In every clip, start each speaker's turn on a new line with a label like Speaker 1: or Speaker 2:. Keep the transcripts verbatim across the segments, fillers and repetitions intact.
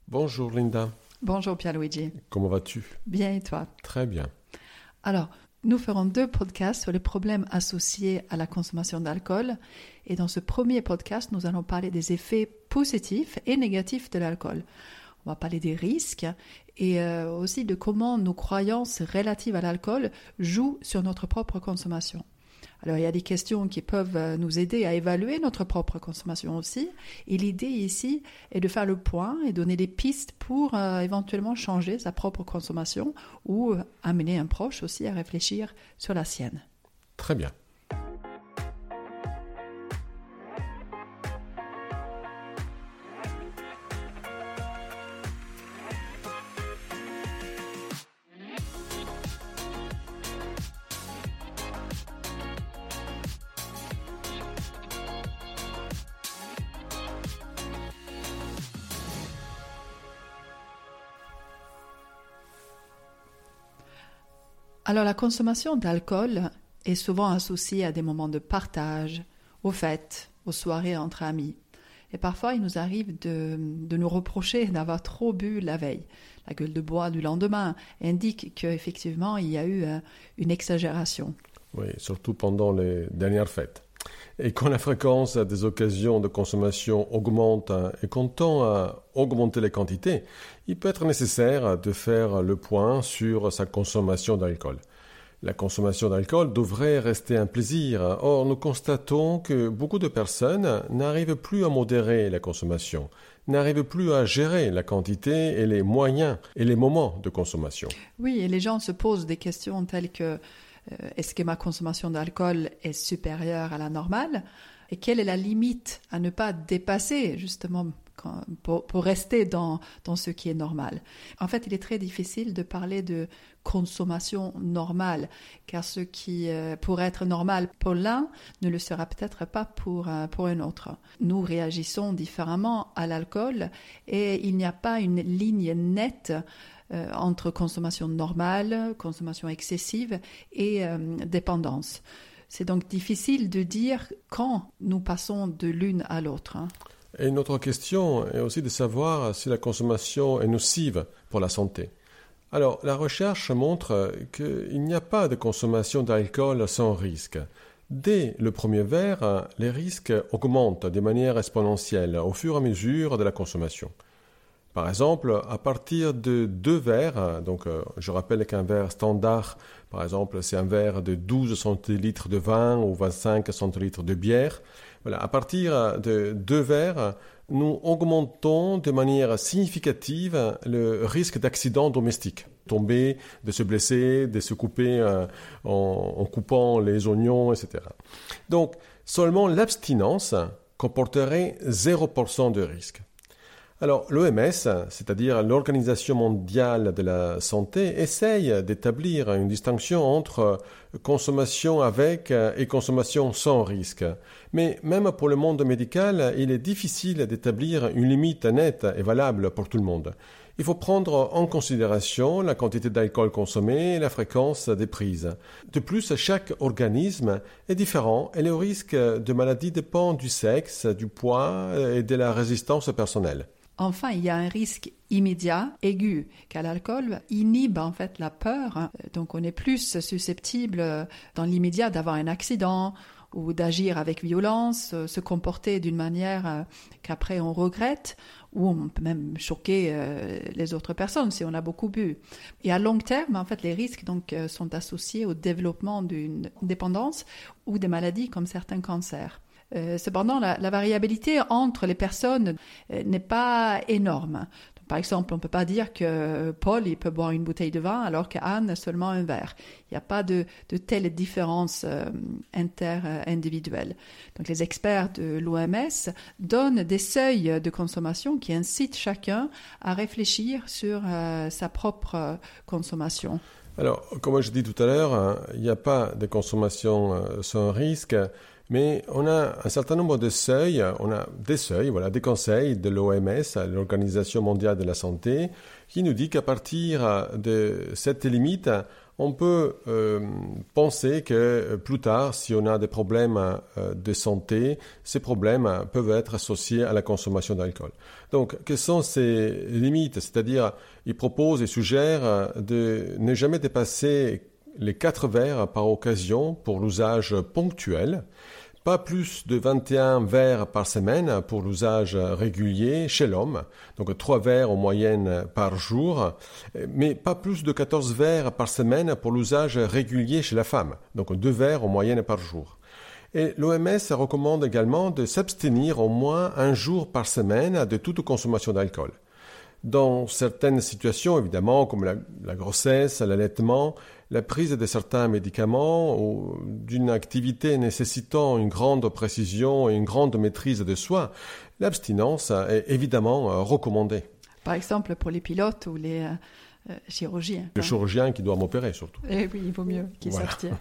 Speaker 1: Bonjour Linda.
Speaker 2: Bonjour Pierluigi.
Speaker 1: Comment vas-tu?
Speaker 2: Bien et toi?
Speaker 1: Très bien.
Speaker 2: Alors, nous ferons deux podcasts sur les problèmes associés à la consommation d'alcool. Et dans ce premier podcast, nous allons parler des effets positifs et négatifs de l'alcool. On va parler des risques et euh, aussi de comment nos croyances relatives à l'alcool jouent sur notre propre consommation. Alors, il y a des questions qui peuvent nous aider à évaluer notre propre consommation aussi. Et l'idée ici est de faire le point et donner des pistes pour euh, éventuellement changer sa propre consommation ou amener un proche aussi à réfléchir sur la sienne.
Speaker 1: Très bien.
Speaker 2: Alors, la consommation d'alcool est souvent associée à des moments de partage, aux fêtes, aux soirées entre amis. Et parfois, il nous arrive de, de nous reprocher d'avoir trop bu la veille. La gueule de bois du lendemain indique qu'effectivement, il y a eu euh, une exagération.
Speaker 1: Oui, surtout pendant les dernières fêtes. Et quand la fréquence des occasions de consommation augmente et qu'on tend à augmenter les quantités, il peut être nécessaire de faire le point sur sa consommation d'alcool. La consommation d'alcool devrait rester un plaisir. Or, nous constatons que beaucoup de personnes n'arrivent plus à modérer la consommation, n'arrivent plus à gérer la quantité et les moyens et les moments de consommation.
Speaker 2: Oui, et les gens se posent des questions telles que Euh, est-ce que ma consommation d'alcool est supérieure à la normale? Et quelle est la limite à ne pas dépasser, justement, quand, pour, pour rester dans, dans ce qui est normal? En fait, il est très difficile de parler de consommation normale, car ce qui euh, pourrait être normal pour l'un ne le sera peut-être pas pour, euh, pour un autre. Nous réagissons différemment à l'alcool et il n'y a pas une ligne nette Euh, entre consommation normale, consommation excessive et euh, dépendance. C'est donc difficile de dire quand nous passons de l'une à l'autre. Hein.
Speaker 1: Et une autre question est aussi de savoir si la consommation est nocive pour la santé. Alors, la recherche montre qu'il n'y a pas de consommation d'alcool sans risque. Dès le premier verre, les risques augmentent de manière exponentielle au fur et à mesure de la consommation. Par exemple, à partir de deux verres, donc euh, je rappelle qu'un verre standard, par exemple, c'est un verre de douze centilitres de vin ou vingt-cinq centilitres de bière. Voilà, à partir de deux verres, nous augmentons de manière significative le risque d'accident domestique. Tomber, de se blesser, de se couper euh, en, en coupant les oignons, et cetera. Donc, seulement l'abstinence comporterait zéro pour cent de risque. Alors, l'O M S, c'est-à-dire l'Organisation mondiale de la santé, essaye d'établir une distinction entre consommation avec et consommation sans risque. Mais même pour le monde médical, il est difficile d'établir une limite nette et valable pour tout le monde. Il faut prendre en considération la quantité d'alcool consommé et la fréquence des prises. De plus, chaque organisme est différent et le risque de maladie dépend du sexe, du poids et de la résistance personnelle.
Speaker 2: Enfin, il y a un risque immédiat, aigu, car l'alcool inhibe en fait la peur. Donc, on est plus susceptible dans l'immédiat d'avoir un accident ou d'agir avec violence, se comporter d'une manière qu'après on regrette, ou on peut même choquer les autres personnes si on a beaucoup bu. Et à long terme, en fait, les risques donc sont associés au développement d'une dépendance ou des maladies comme certains cancers. Euh, cependant, la, la variabilité entre les personnes euh, n'est pas énorme. Donc, par exemple, on ne peut pas dire que Paul il peut boire une bouteille de vin alors qu'Anne seulement un verre. Il n'y a pas de, de telles différences euh, inter-individuelles. Donc, les experts de l'O M S donnent des seuils de consommation qui incitent chacun à réfléchir sur euh, sa propre consommation.
Speaker 1: Alors, comme je dis tout à l'heure, hein, il n'y a pas de consommation euh, sans risque. Mais on a un certain nombre de seuils, on a des seuils, voilà, des conseils de l'O M S, l'Organisation mondiale de la santé, qui nous dit qu'à partir de cette limite, on peut euh, penser que plus tard, si on a des problèmes euh, de santé, ces problèmes euh, peuvent être associés à la consommation d'alcool. Donc, quelles sont ces limites? C'est-à-dire, il propose et suggère euh, de ne jamais dépasser les quatre verres par occasion pour l'usage ponctuel, pas plus de vingt et un verres par semaine pour l'usage régulier chez l'homme, donc trois verres en moyenne par jour, mais pas plus de quatorze verres par semaine pour l'usage régulier chez la femme, donc deux verres en moyenne par jour. Et l'O M S recommande également de s'abstenir au moins un jour par semaine de toute consommation d'alcool. Dans certaines situations, évidemment, comme la, la grossesse, l'allaitement, la prise de certains médicaments ou d'une activité nécessitant une grande précision et une grande maîtrise de soi, l'abstinence est évidemment recommandée.
Speaker 2: Par exemple, pour les pilotes ou les euh, chirurgiens.
Speaker 1: Le chirurgien qui doit m'opérer, surtout.
Speaker 2: Eh oui, il vaut mieux qu'il
Speaker 1: voilà.
Speaker 2: s'abstienne.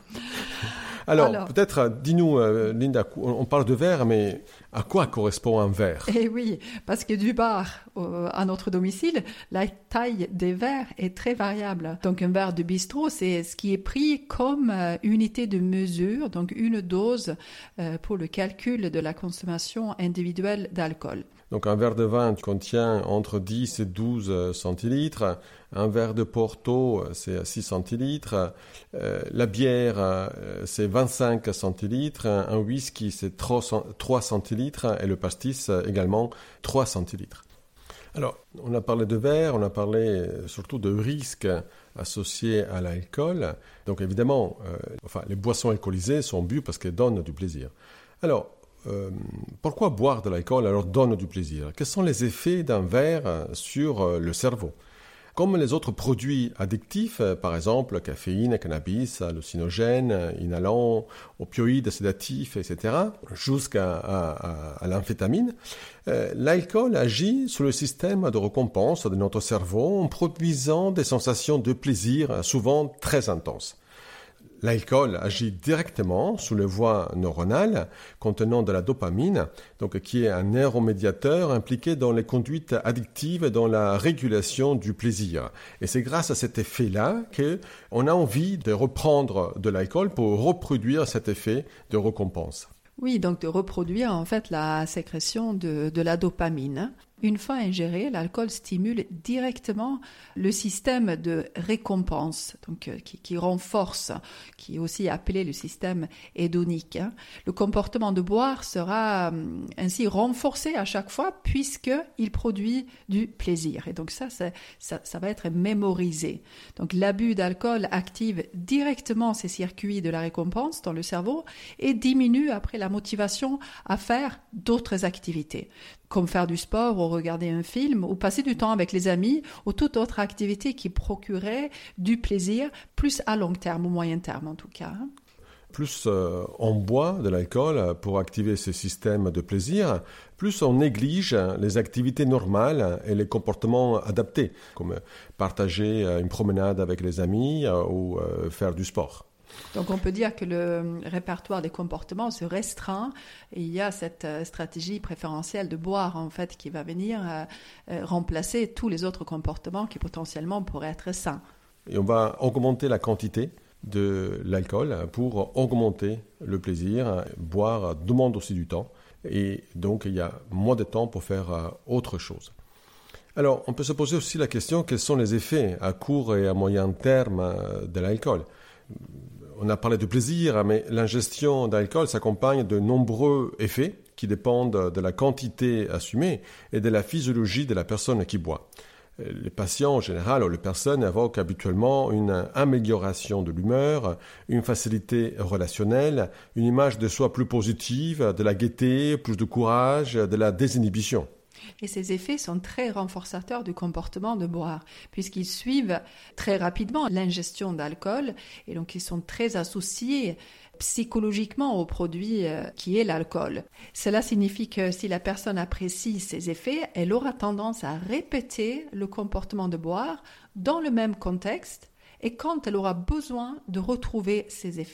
Speaker 1: Alors,
Speaker 2: Alors,
Speaker 1: peut-être, dis-nous, euh, Linda, on parle de verre, mais à quoi correspond un verre?
Speaker 2: Eh oui, parce que du bar euh, à notre domicile, la taille des verres est très variable. Donc, un verre de bistrot, c'est ce qui est pris comme euh, unité de mesure, donc une dose euh, pour le calcul de la consommation individuelle d'alcool.
Speaker 1: Donc, un verre de vin contient entre dix et douze centilitres. Un verre de Porto, c'est six centilitres. Euh, la bière, euh, c'est vingt-cinq centilitres. Un whisky, c'est trois centilitres. Et le pastis, également, trois centilitres. Alors, on a parlé de verre, on a parlé surtout de risques associés à l'alcool. Donc, évidemment, euh, enfin, les boissons alcoolisées sont bues parce qu'elles donnent du plaisir. Alors, Euh, pourquoi boire de l'alcool alors donne du plaisir? Quels sont les effets d'un verre sur euh, le cerveau? Comme les autres produits addictifs, euh, par exemple caféine, cannabis, hallucinogènes, inhalants, opioïdes, sédatifs, et cetera, jusqu'à à, à, à l'amphétamine, euh, l'alcool agit sur le système de récompense de notre cerveau en produisant des sensations de plaisir souvent très intenses. L'alcool agit directement sur les voies neuronales contenant de la dopamine, donc qui est un neuromédiateur impliqué dans les conduites addictives et dans la régulation du plaisir. Et c'est grâce à cet effet-là qu'on a envie de reprendre de l'alcool pour reproduire cet effet de récompense.
Speaker 2: Oui, donc de reproduire en fait la sécrétion de, de la dopamine. Une fois ingéré, l'alcool stimule directement le système de récompense, donc euh, qui, qui renforce, qui est aussi appelé le système hédonique. Hein. Le comportement de boire sera euh, ainsi renforcé à chaque fois puisqu'il produit du plaisir. Et donc ça, c'est, ça, ça va être mémorisé. Donc l'abus d'alcool active directement ces circuits de la récompense dans le cerveau et diminue après la motivation à faire d'autres activités, comme faire du sport ou regarder un film ou passer du temps avec les amis ou toute autre activité qui procurait du plaisir, plus à long terme ou moyen terme en tout cas.
Speaker 1: Plus euh, on boit de l'alcool pour activer ce système de plaisir, plus on néglige les activités normales et les comportements adaptés, comme partager une promenade avec les amis euh, ou euh, faire du sport.
Speaker 2: Donc on peut dire que le répertoire des comportements se restreint et il y a cette stratégie préférentielle de boire en fait qui va venir euh, remplacer tous les autres comportements qui potentiellement pourraient être sains.
Speaker 1: Et on va augmenter la quantité de l'alcool pour augmenter le plaisir. Boire demande aussi du temps et donc il y a moins de temps pour faire euh, autre chose. Alors on peut se poser aussi la question, quels sont les effets à court et à moyen terme euh, de l'alcool? On a parlé de plaisir, mais l'ingestion d'alcool s'accompagne de nombreux effets qui dépendent de la quantité assumée et de la physiologie de la personne qui boit. Les patients en général ou les personnes évoquent habituellement une amélioration de l'humeur, une facilité relationnelle, une image de soi plus positive, de la gaieté, plus de courage, de la désinhibition.
Speaker 2: Et ces effets sont très renforçateurs du comportement de boire, puisqu'ils suivent très rapidement l'ingestion d'alcool, et donc ils sont très associés psychologiquement au produit qui est l'alcool. Cela signifie que si la personne apprécie ces effets, elle aura tendance à répéter le comportement de boire dans le même contexte, et quand elle aura besoin de retrouver ces effets.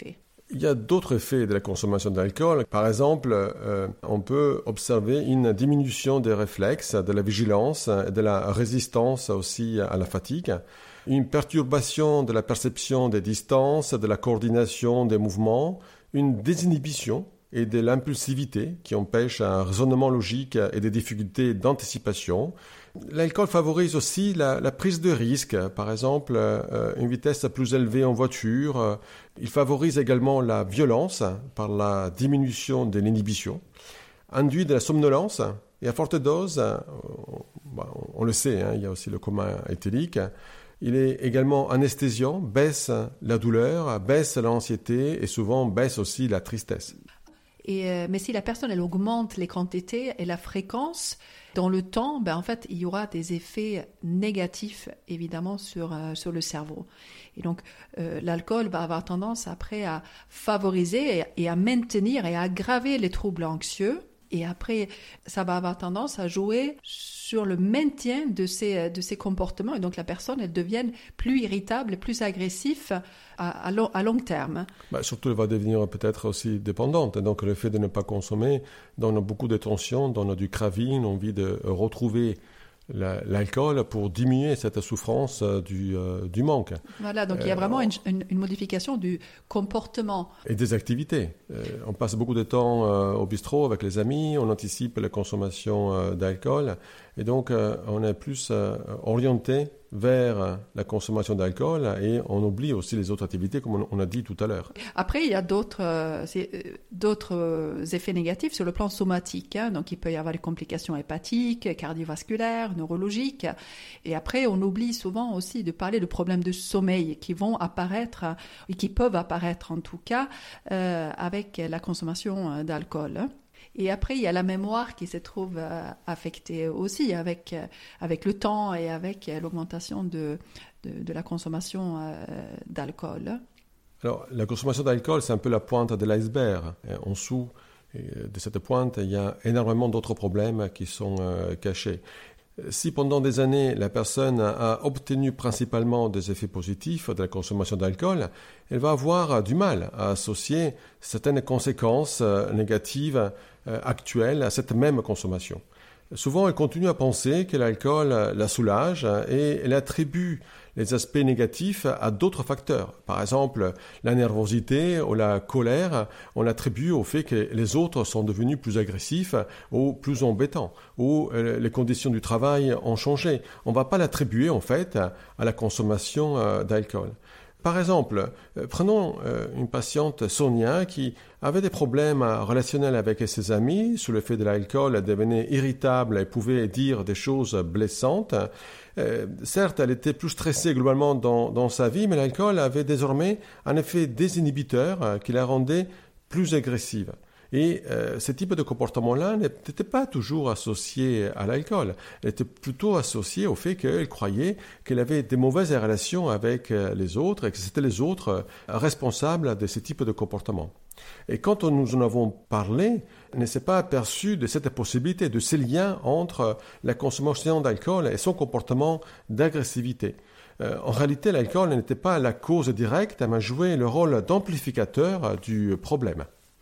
Speaker 1: Il y a d'autres effets de la consommation d'alcool. Par exemple, euh, on peut observer une diminution des réflexes, de la vigilance, de la résistance aussi à la fatigue, une perturbation de la perception des distances, de la coordination des mouvements, une désinhibition et de l'impulsivité qui empêche un raisonnement logique et des difficultés d'anticipation. L'alcool favorise aussi la, la prise de risque, par exemple euh, une vitesse plus élevée en voiture. Il favorise également la violence par la diminution de l'inhibition, induit de la somnolence et à forte dose, euh, on, on le sait, hein, il y a aussi le coma éthylique. Il est également anesthésiant, baisse la douleur, baisse l'anxiété et souvent baisse aussi la tristesse.
Speaker 2: Et, euh, mais si la personne elle augmente les quantités et la fréquence dans le temps, ben en fait il y aura des effets négatifs évidemment sur euh, sur le cerveau. Et donc euh, l'alcool va avoir tendance après à favoriser et, et à maintenir et à aggraver les troubles anxieux. Et après, ça va avoir tendance à jouer sur le maintien de ces, de ces comportements. Et donc, la personne, elle devient plus irritable, plus agressive à, à, long, à long terme.
Speaker 1: Bah, surtout, elle va devenir peut-être aussi dépendante. Donc, le fait de ne pas consommer donne beaucoup de tension, donne du craving, envie de retrouver la, l'alcool pour diminuer cette souffrance du, euh, du manque.
Speaker 2: Voilà, donc euh, il y a vraiment une, une, une modification du comportement.
Speaker 1: Et des activités. Euh, on passe beaucoup de temps euh, au bistrot avec les amis, on anticipe la consommation euh, d'alcool, et donc euh, on est plus euh, orienté vers la consommation d'alcool et on oublie aussi les autres activités comme on a dit tout à l'heure.
Speaker 2: Après, il y a d'autres, euh, d'autres euh, effets négatifs sur le plan somatique. Hein. Donc, il peut y avoir des complications hépatiques, cardiovasculaires, neurologiques. Et après, on oublie souvent aussi de parler de problèmes de sommeil qui vont apparaître, et qui peuvent apparaître en tout cas, euh, avec la consommation d'alcool. Et après, il y a la mémoire qui se trouve euh, affectée aussi avec, euh, avec le temps et avec euh, l'augmentation de, de, de la consommation euh, d'alcool.
Speaker 1: Alors, la consommation d'alcool, c'est un peu la pointe de l'iceberg. En dessous de cette pointe, il y a énormément d'autres problèmes qui sont euh, cachés. Si pendant des années, la personne a obtenu principalement des effets positifs de la consommation d'alcool, elle va avoir du mal à associer certaines conséquences négatives actuelles à cette même consommation. Souvent, elle continue à penser que l'alcool la soulage et elle attribue les aspects négatifs à d'autres facteurs. Par exemple, la nervosité ou la colère, on l'attribue au fait que les autres sont devenus plus agressifs ou plus embêtants, ou les conditions du travail ont changé. On ne va pas l'attribuer en fait à la consommation d'alcool. Par exemple, prenons une patiente Sonia qui avait des problèmes relationnels avec ses amis. Sous l'effet de l'alcool, elle devenait irritable et pouvait dire des choses blessantes. Euh, certes, elle était plus stressée globalement dans, dans sa vie, mais l'alcool avait désormais un effet désinhibiteur euh, qui la rendait plus agressive. Et euh, ce type de comportement-là n'était pas toujours associé à l'alcool. Elle était plutôt associée au fait qu'elle croyait qu'elle avait des mauvaises relations avec euh, les autres et que c'était les autres euh, responsables de ce type de comportement. Et quand nous en avons parlé, elle ne s'est pas aperçue de cette possibilité, de ces liens entre la consommation d'alcool et son comportement d'agressivité. Euh, en réalité, l'alcool n'était pas la cause directe, mais jouait le rôle d'amplificateur du problème.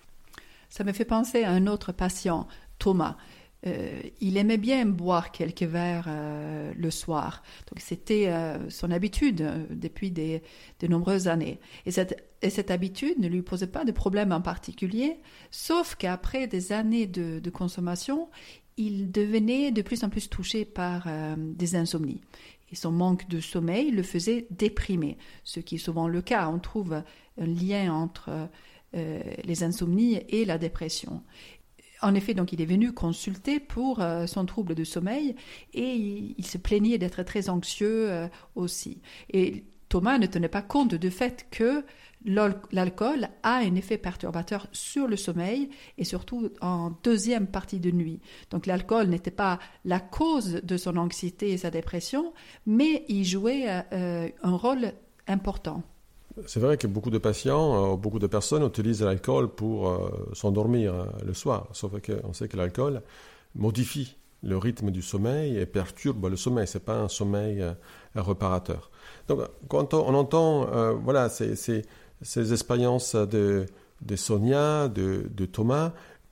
Speaker 2: Ça me fait penser à un autre patient, Thomas. Euh, il aimait bien boire quelques verres euh, le soir. Donc c'était euh, son habitude euh, depuis des, de nombreuses années. Et cette, et cette habitude ne lui posait pas de problème en particulier, sauf qu'après des années de, de consommation, il devenait de plus en plus touché par euh, des insomnies. Et son manque de sommeil le faisait déprimer, ce qui est souvent le cas. On trouve un lien entre euh, les insomnies et la dépression. En effet, donc, il est venu consulter pour euh, son trouble de sommeil et il, il se plaignait d'être très anxieux euh, aussi. Et Thomas ne tenait pas compte du fait que l'alcool a un effet perturbateur sur le sommeil et surtout en deuxième partie de nuit. Donc l'alcool n'était pas la cause de son anxiété et sa dépression, mais il jouait euh, un rôle important.
Speaker 1: C'est vrai que beaucoup de patients, euh, beaucoup de personnes utilisent l'alcool pour euh, s'endormir euh, le soir, sauf qu'on sait que l'alcool modifie le rythme du sommeil et perturbe le sommeil. Ce n'est pas un sommeil euh, réparateur. Donc quand on entend euh, voilà, ces, ces, ces expériences de, de Sonia, de, de Thomas,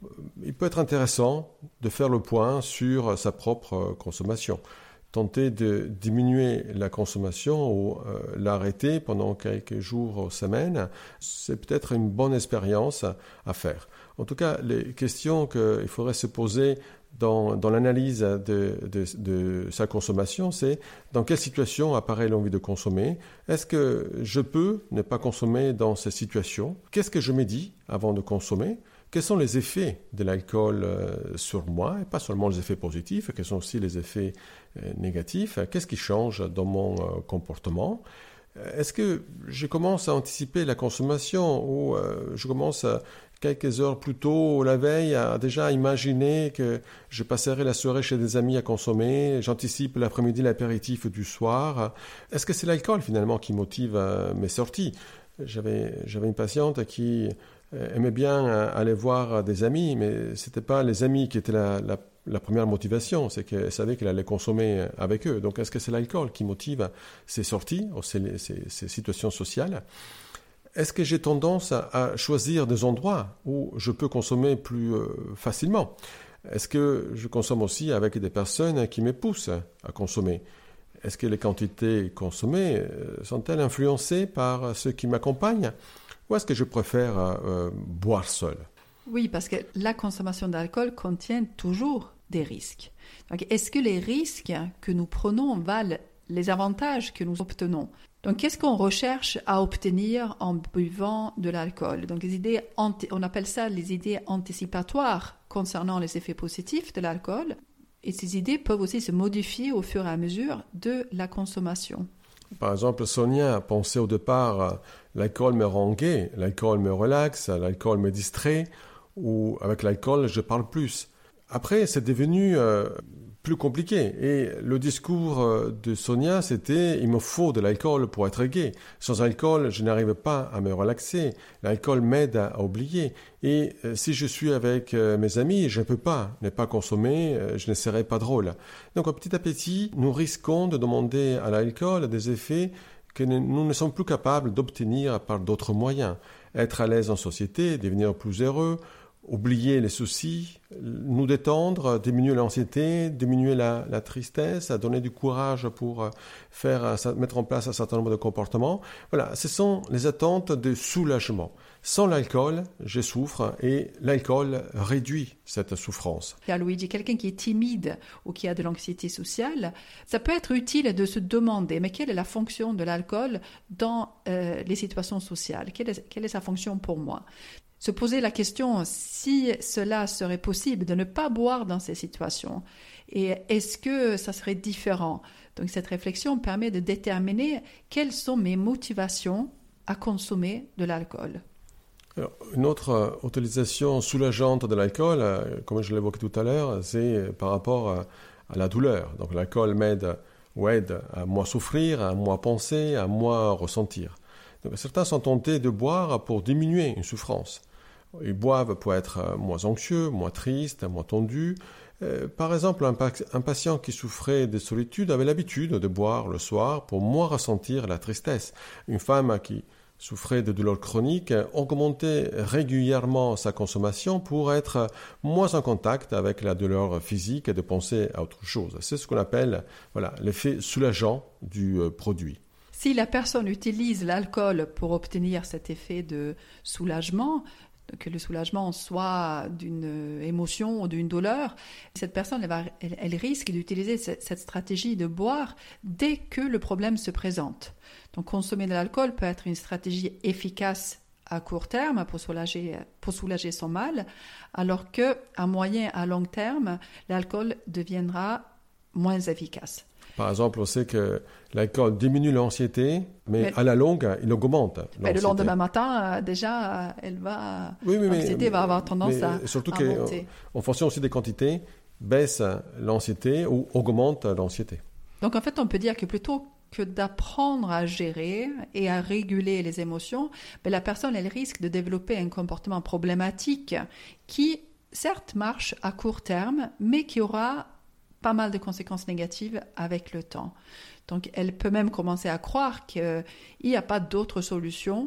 Speaker 1: il peut être intéressant de faire le point sur sa propre consommation. Tenter de diminuer la consommation ou euh, l'arrêter pendant quelques jours ou semaines, c'est peut-être une bonne expérience à faire. En tout cas, les questions qu'il faudrait se poser dans, dans l'analyse de, de, de sa consommation, c'est dans quelle situation apparaît l'envie de consommer? Est-ce que je peux ne pas consommer dans ces situations? Qu'est-ce que je me dis avant de consommer? Quels sont les effets de l'alcool sur moi, et pas seulement les effets positifs, quels sont aussi les effets négatifs? Qu'est-ce qui change dans mon comportement? Est-ce que je commence à anticiper la consommation ou je commence à, quelques heures plus tôt la veille à déjà imaginer que je passerai la soirée chez des amis à consommer, j'anticipe l'après-midi l'apéritif du soir? Est-ce que c'est l'alcool finalement qui motive mes sorties? J'avais, j'avais une patiente qui aimait bien aller voir des amis, mais ce n'était pas les amis qui étaient la, la, la première motivation, c'est qu'elle savait qu'elle allait consommer avec eux. Donc est-ce que c'est l'alcool qui motive ces sorties, ou ces, ces, ces situations sociales? Est-ce que j'ai tendance à, à choisir des endroits où je peux consommer plus euh, facilement? Est-ce que je consomme aussi avec des personnes qui me poussent à consommer? Est-ce que les quantités consommées sont-elles influencées par ceux qui m'accompagnent? Ou est-ce que je préfère euh, boire seul?
Speaker 2: Oui, parce que la consommation d'alcool contient toujours des risques. Donc, est-ce que les risques que nous prenons valent les avantages que nous obtenons? Donc, qu'est-ce qu'on recherche à obtenir en buvant de l'alcool? Donc, les idées anti- on appelle ça les idées anticipatoires concernant les effets positifs de l'alcool. Et ces idées peuvent aussi se modifier au fur et à mesure de la consommation.
Speaker 1: Par exemple, Sonia pensait au départ, l'alcool me rend gai, l'alcool me relaxe, l'alcool me distrait, ou avec l'alcool, je parle plus. Après, c'est devenu euh, plus compliqué. Et le discours de Sonia, c'était « il me faut de l'alcool pour être gai. Sans alcool, je n'arrive pas à me relaxer. L'alcool m'aide à, à oublier. Et euh, si je suis avec euh, mes amis, je ne peux pas ne pas consommer, euh, je ne serai pas drôle. » Donc petit à petit, nous risquons de demander à l'alcool des effets que nous ne sommes plus capables d'obtenir par d'autres moyens. Être à l'aise en société, devenir plus heureux, oublier les soucis, nous détendre, diminuer l'anxiété, diminuer la, la tristesse, donner du courage pour faire, mettre en place un certain nombre de comportements. Voilà, ce sont les attentes de soulagement. Sans l'alcool, je souffre et l'alcool réduit cette souffrance.
Speaker 2: Pierre Luigi, quelqu'un qui est timide ou qui a de l'anxiété sociale, ça peut être utile de se demander, mais quelle est la fonction de l'alcool dans euh, les situations sociales? Quelle est, quelle est sa fonction pour moi? Se poser la question si cela serait possible de ne pas boire dans ces situations et est-ce que ça serait différent? Donc cette réflexion permet de déterminer quelles sont mes motivations à consommer de l'alcool.
Speaker 1: Alors, une autre euh, utilisation soulageante de l'alcool, euh, comme je l'évoquais tout à l'heure, c'est par rapport à, à la douleur. Donc l'alcool m'aide ou aide à moins souffrir, à moins penser, à moins ressentir. Donc, certains sont tentés de boire pour diminuer une souffrance. Ils boivent pour être moins anxieux, moins tristes, moins tendus. Euh, par exemple, un, pa- un patient qui souffrait de solitude avait l'habitude de boire le soir pour moins ressentir la tristesse. Une femme qui souffrait de douleurs chroniques augmentait régulièrement sa consommation pour être moins en contact avec la douleur physique et de penser à autre chose. C'est ce qu'on appelle voilà, l'effet soulageant du euh, produit.
Speaker 2: Si la personne utilise l'alcool pour obtenir cet effet de soulagement, que le soulagement soit d'une émotion ou d'une douleur, cette personne elle, va, elle, elle risque d'utiliser cette, cette stratégie de boire dès que le problème se présente. Donc consommer de l'alcool peut être une stratégie efficace à court terme pour soulager, pour soulager son mal, alors qu'à moyen à long terme, l'alcool deviendra moins efficace.
Speaker 1: Par exemple, on sait que l'alcool diminue l'anxiété, mais, mais à la longue, il augmente l'anxiété.
Speaker 2: Mais le lendemain matin, déjà, elle va,
Speaker 1: oui, oui,
Speaker 2: l'anxiété
Speaker 1: mais,
Speaker 2: va avoir tendance
Speaker 1: mais
Speaker 2: à,
Speaker 1: surtout
Speaker 2: à
Speaker 1: que,
Speaker 2: monter.
Speaker 1: En fonction aussi des quantités, baisse l'anxiété ou augmente l'anxiété.
Speaker 2: Donc en fait, on peut dire que plutôt que d'apprendre à gérer et à réguler les émotions, ben, la personne, elle risque de développer un comportement problématique qui, certes, marche à court terme, mais qui aura pas mal de conséquences négatives avec le temps. Donc, elle peut même commencer à croire qu'il n'y a pas d'autre solution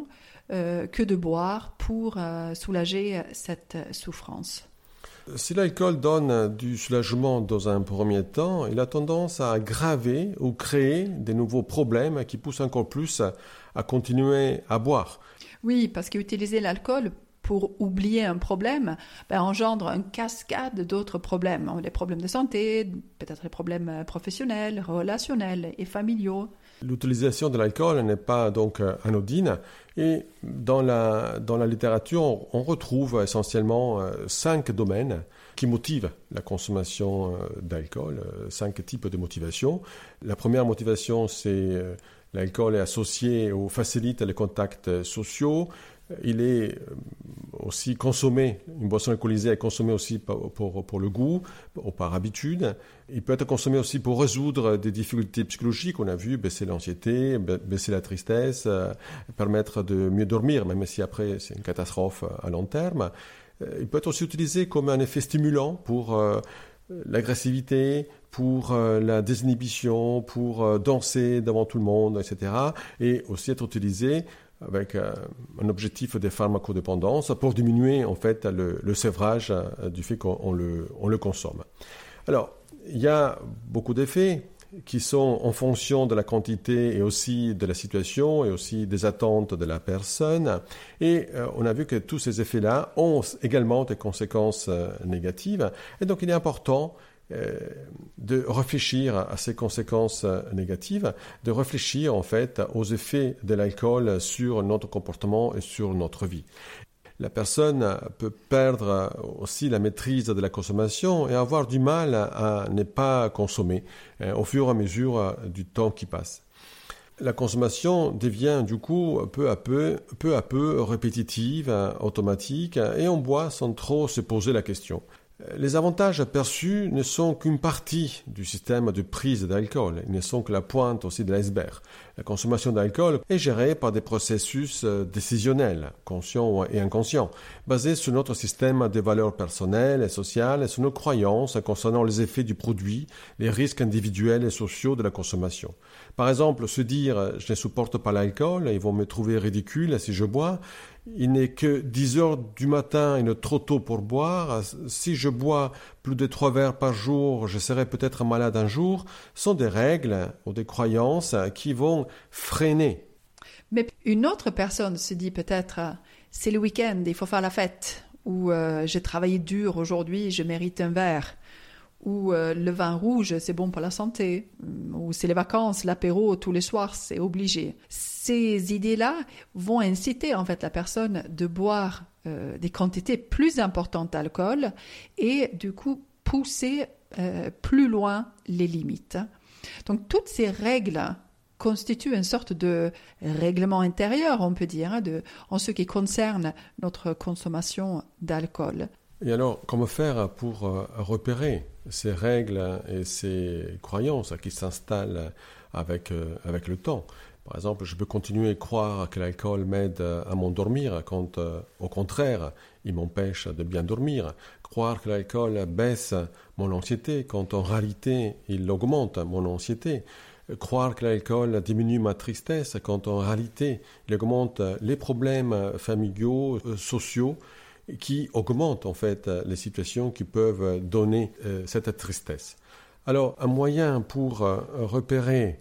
Speaker 2: euh, que de boire pour euh, soulager cette souffrance.
Speaker 1: Si l'alcool donne du soulagement dans un premier temps, il a tendance à aggraver ou créer des nouveaux problèmes qui poussent encore plus à, à continuer à boire.
Speaker 2: Oui, parce qu'utiliser l'alcool pour oublier un problème ben, engendre une cascade d'autres problèmes. Des problèmes de santé, peut-être des problèmes professionnels, relationnels et familiaux.
Speaker 1: L'utilisation de l'alcool n'est pas donc anodine et dans la, dans la littérature, on retrouve essentiellement cinq domaines qui motivent la consommation d'alcool, cinq types de motivations. La première motivation, c'est l'alcool est associé ou facilite les contacts sociaux. Il est aussi consommé, une boisson alcoolisée est consommée aussi pour, pour, pour le goût ou par habitude. Il peut être consommé aussi pour résoudre des difficultés psychologiques. On a vu baisser l'anxiété, baisser la tristesse, euh, permettre de mieux dormir, même si après c'est une catastrophe à long terme. Il peut être aussi utilisé comme un effet stimulant pour euh, l'agressivité, pour euh, la désinhibition, pour euh, danser devant tout le monde, et cetera. Et aussi être utilisé avec euh, un objectif de pharmacodépendance pour diminuer en fait le, le sévrage euh, du fait qu'on on le, on le consomme. Alors, il y a beaucoup d'effets qui sont en fonction de la quantité et aussi de la situation et aussi des attentes de la personne. Et euh, on a vu que tous ces effets-là ont également des conséquences euh, négatives. Et donc, il est important Euh, de réfléchir à ces conséquences négatives, de réfléchir en fait aux effets de l'alcool sur notre comportement et sur notre vie. La personne peut perdre aussi la maîtrise de la consommation et avoir du mal à ne pas consommer euh, au fur et à mesure du temps qui passe. La consommation devient du coup peu à peu, peu à peu répétitive, automatique, et on boit sans trop se poser la question. Les avantages perçus ne sont qu'une partie du système de prise d'alcool, ils ne sont que la pointe aussi de l'iceberg. La consommation d'alcool est gérée par des processus décisionnels, conscients et inconscients, basés sur notre système de valeurs personnelles et sociales et sur nos croyances concernant les effets du produit, les risques individuels et sociaux de la consommation. Par exemple, se dire « je ne supporte pas l'alcool, ils vont me trouver ridicule si je bois », il n'est que dix heures du matin, il est trop tôt pour boire. Si je bois plus de trois verres par jour, je serai peut-être malade un jour. Sont des règles ou des croyances qui vont freiner.
Speaker 2: Mais une autre personne se dit peut-être, c'est le week-end, il faut faire la fête. Ou euh, j'ai travaillé dur aujourd'hui, je mérite un verre. Ou euh, le vin rouge, c'est bon pour la santé. Ou c'est les vacances, l'apéro tous les soirs, c'est obligé. Ces idées-là vont inciter en fait la personne de boire euh, des quantités plus importantes d'alcool et du coup pousser euh, plus loin les limites. Donc toutes ces règles constituent une sorte de règlement intérieur, on peut dire, hein, de, en ce qui concerne notre consommation d'alcool.
Speaker 1: Et alors, comment faire pour euh, repérer ces règles et ces croyances qui s'installent avec, euh, avec le temps ? Par exemple, je peux continuer à croire que l'alcool m'aide à m'endormir quand, euh, au contraire, il m'empêche de bien dormir. Croire que l'alcool baisse mon anxiété quand, en réalité, il augmente mon anxiété. Croire que l'alcool diminue ma tristesse quand, en réalité, il augmente les problèmes familiaux, euh, sociaux, qui augmentent en fait les situations qui peuvent donner euh, cette tristesse. Alors, un moyen pour euh, repérer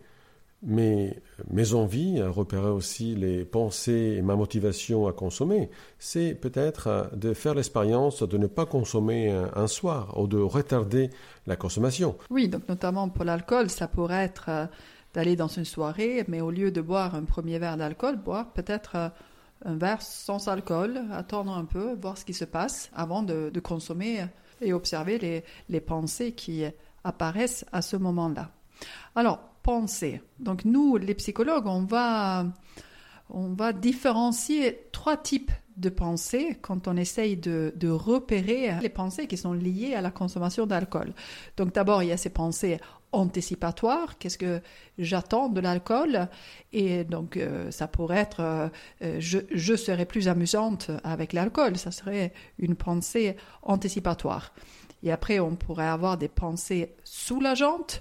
Speaker 1: mes, mes envies, repérer aussi les pensées et ma motivation à consommer, c'est peut-être euh, de faire l'expérience de ne pas consommer un, un soir ou de retarder la consommation.
Speaker 2: Oui, donc notamment pour l'alcool, ça pourrait être euh, d'aller dans une soirée, mais au lieu de boire un premier verre d'alcool, boire peut-être euh, un verre sans alcool, attendre un peu, voir ce qui se passe avant de, de consommer et observer les, les pensées qui apparaissent à ce moment-là. Alors, pensée. Donc nous, les psychologues, on va, on va différencier trois types de pensées quand on essaye de, de repérer les pensées qui sont liées à la consommation d'alcool. Donc d'abord, il y a ces pensées anticipatoires, qu'est-ce que j'attends de l'alcool, et donc euh, ça pourrait être euh, je, je serai plus amusante avec l'alcool, ça serait une pensée anticipatoire. Et après on pourrait avoir des pensées soulageantes,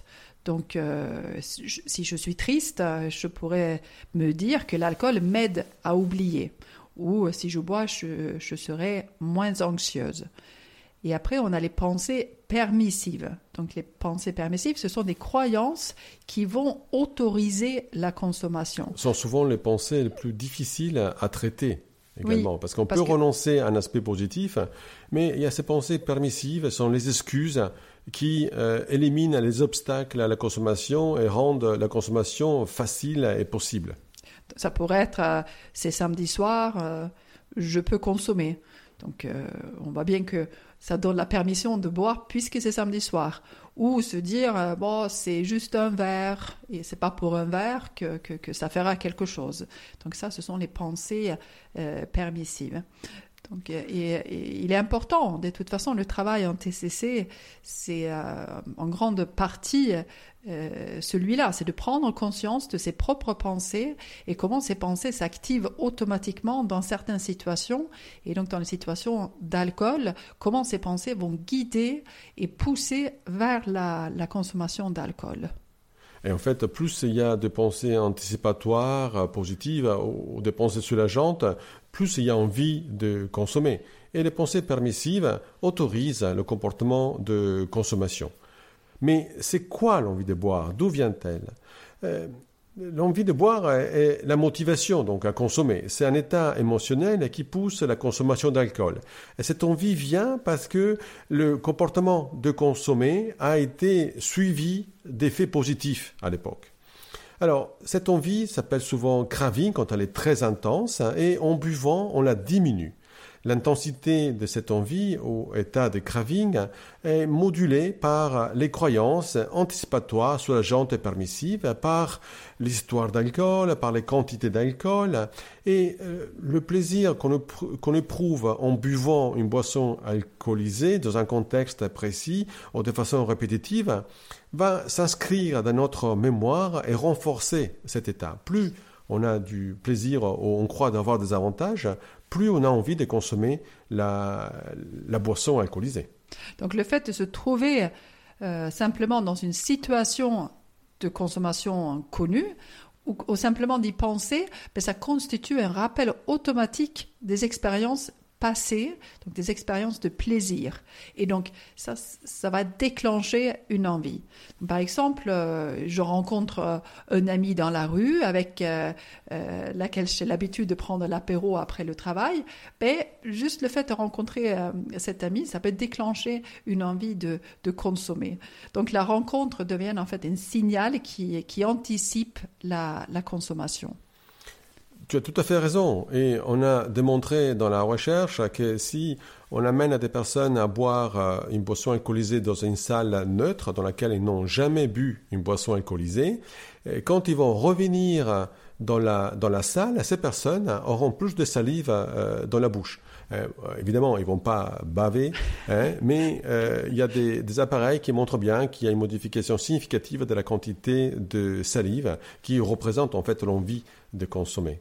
Speaker 2: Donc, euh, si je suis triste, je pourrais me dire que l'alcool m'aide à oublier. Ou si je bois, je, je serai moins anxieuse. Et après, on a les pensées permissives. Donc, les pensées permissives, ce sont des croyances qui vont autoriser la consommation.
Speaker 1: Ce sont souvent les pensées les plus difficiles à traiter également.
Speaker 2: Oui,
Speaker 1: parce qu'on
Speaker 2: parce
Speaker 1: peut
Speaker 2: que...
Speaker 1: renoncer à un aspect positif, mais il y a ces pensées permissives, ce sont les excuses qui euh, éliminent les obstacles à la consommation et rendent la consommation facile et possible.
Speaker 2: Ça pourrait être, euh, c'est samedi soir, euh, je peux consommer. Donc, euh, on voit bien que ça donne la permission de boire puisque c'est samedi soir. Ou se dire, euh, bon, c'est juste un verre, et c'est pas pour un verre que, que, que ça fera quelque chose. Donc ça, ce sont les pensées euh, permissives. Donc, et, et, il est important, de toute façon, le travail en T C C, c'est euh, en grande partie euh, celui-là, c'est de prendre conscience de ses propres pensées et comment ces pensées s'activent automatiquement dans certaines situations. Et donc, dans les situations d'alcool, comment ces pensées vont guider et pousser vers la, la consommation d'alcool.
Speaker 1: Et en fait, plus il y a de pensées anticipatoires, positives, ou des pensées soulageantes, plus il y a envie de consommer. Et les pensées permissives autorisent le comportement de consommation. Mais c'est quoi l'envie de boire? D'où vient-elle? euh, L'envie de boire est la motivation donc à consommer. C'est un état émotionnel qui pousse la consommation d'alcool. Et cette envie vient parce que le comportement de consommer a été suivi d'effets positifs à l'époque. Alors, cette envie s'appelle souvent craving quand elle est très intense et en buvant, on la diminue. L'intensité de cette envie ou état de craving est modulée par les croyances anticipatoires, soulageantes et permissives, par l'histoire d'alcool, par les quantités d'alcool. Et euh, le plaisir qu'on, qu'on éprouve en buvant une boisson alcoolisée dans un contexte précis ou de façon répétitive va s'inscrire dans notre mémoire et renforcer cet état. Plus on a du plaisir ou on croit d'avoir des avantages, plus on a envie de consommer la, la boisson alcoolisée.
Speaker 2: Donc le fait de se trouver euh, simplement dans une situation de consommation connue, ou, ou simplement d'y penser, ben ça constitue un rappel automatique des expériences passées, donc des expériences de plaisir. Et donc, ça, ça va déclencher une envie. Par exemple, euh, je rencontre euh, un ami dans la rue avec euh, euh, laquelle j'ai l'habitude de prendre l'apéro après le travail. Ben, juste le fait de rencontrer euh, cet ami, ça peut déclencher une envie de, de consommer. Donc, la rencontre devient en fait un signal qui, qui anticipe la, la consommation.
Speaker 1: Tu as tout à fait raison. Et on a démontré dans la recherche que si on amène des personnes à boire une boisson alcoolisée dans une salle neutre dans laquelle ils n'ont jamais bu une boisson alcoolisée, quand ils vont revenir dans la, dans la salle, ces personnes auront plus de salive euh, dans la bouche. Euh, évidemment, ils ne vont pas baver, hein, mais euh, il y a des, des appareils qui montrent bien qu'il y a une modification significative de la quantité de salive qui représente en fait l'envie de consommer.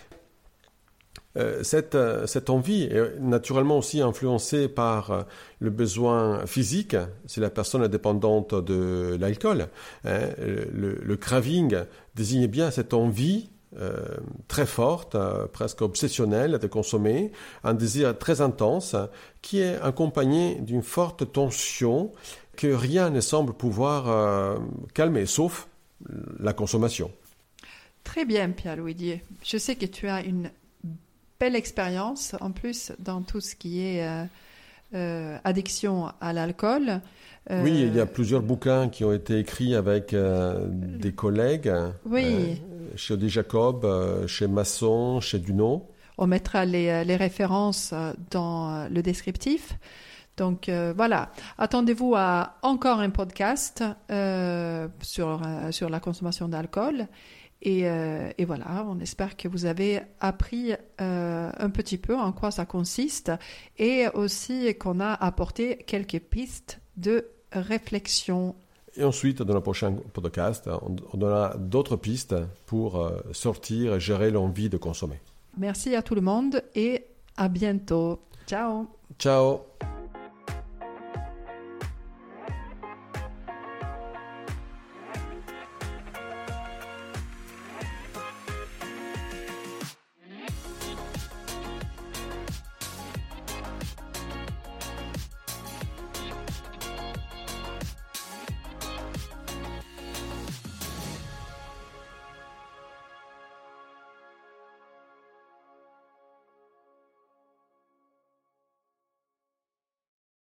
Speaker 1: Euh, cette, cette envie est naturellement aussi influencée par le besoin physique, si la personne est dépendante de l'alcool. Hein, le, le craving désigne bien cette envie euh, très forte, euh, presque obsessionnelle de consommer, un désir très intense qui est accompagné d'une forte tension que rien ne semble pouvoir euh, calmer, sauf la consommation.
Speaker 2: Très bien, Pierre-Louis. Je sais que tu as une belle expérience en plus dans tout ce qui est euh, euh, addiction à l'alcool.
Speaker 1: Euh, oui, il y a plusieurs bouquins qui ont été écrits avec euh, des collègues.
Speaker 2: Oui.
Speaker 1: Euh, chez Odile Jacob, euh, chez Masson, chez Dunod.
Speaker 2: On mettra les, les références dans le descriptif. Donc euh, voilà, attendez-vous à encore un podcast euh, sur, euh, sur la consommation d'alcool. Et, euh, et voilà, on espère que vous avez appris euh, un petit peu en quoi ça consiste et aussi qu'on a apporté quelques pistes de réflexion.
Speaker 1: Et ensuite, dans le prochain podcast, on, on donnera d'autres pistes pour euh, sortir et gérer l'envie de consommer.
Speaker 2: Merci à tout le monde et à bientôt. Ciao.
Speaker 1: Ciao.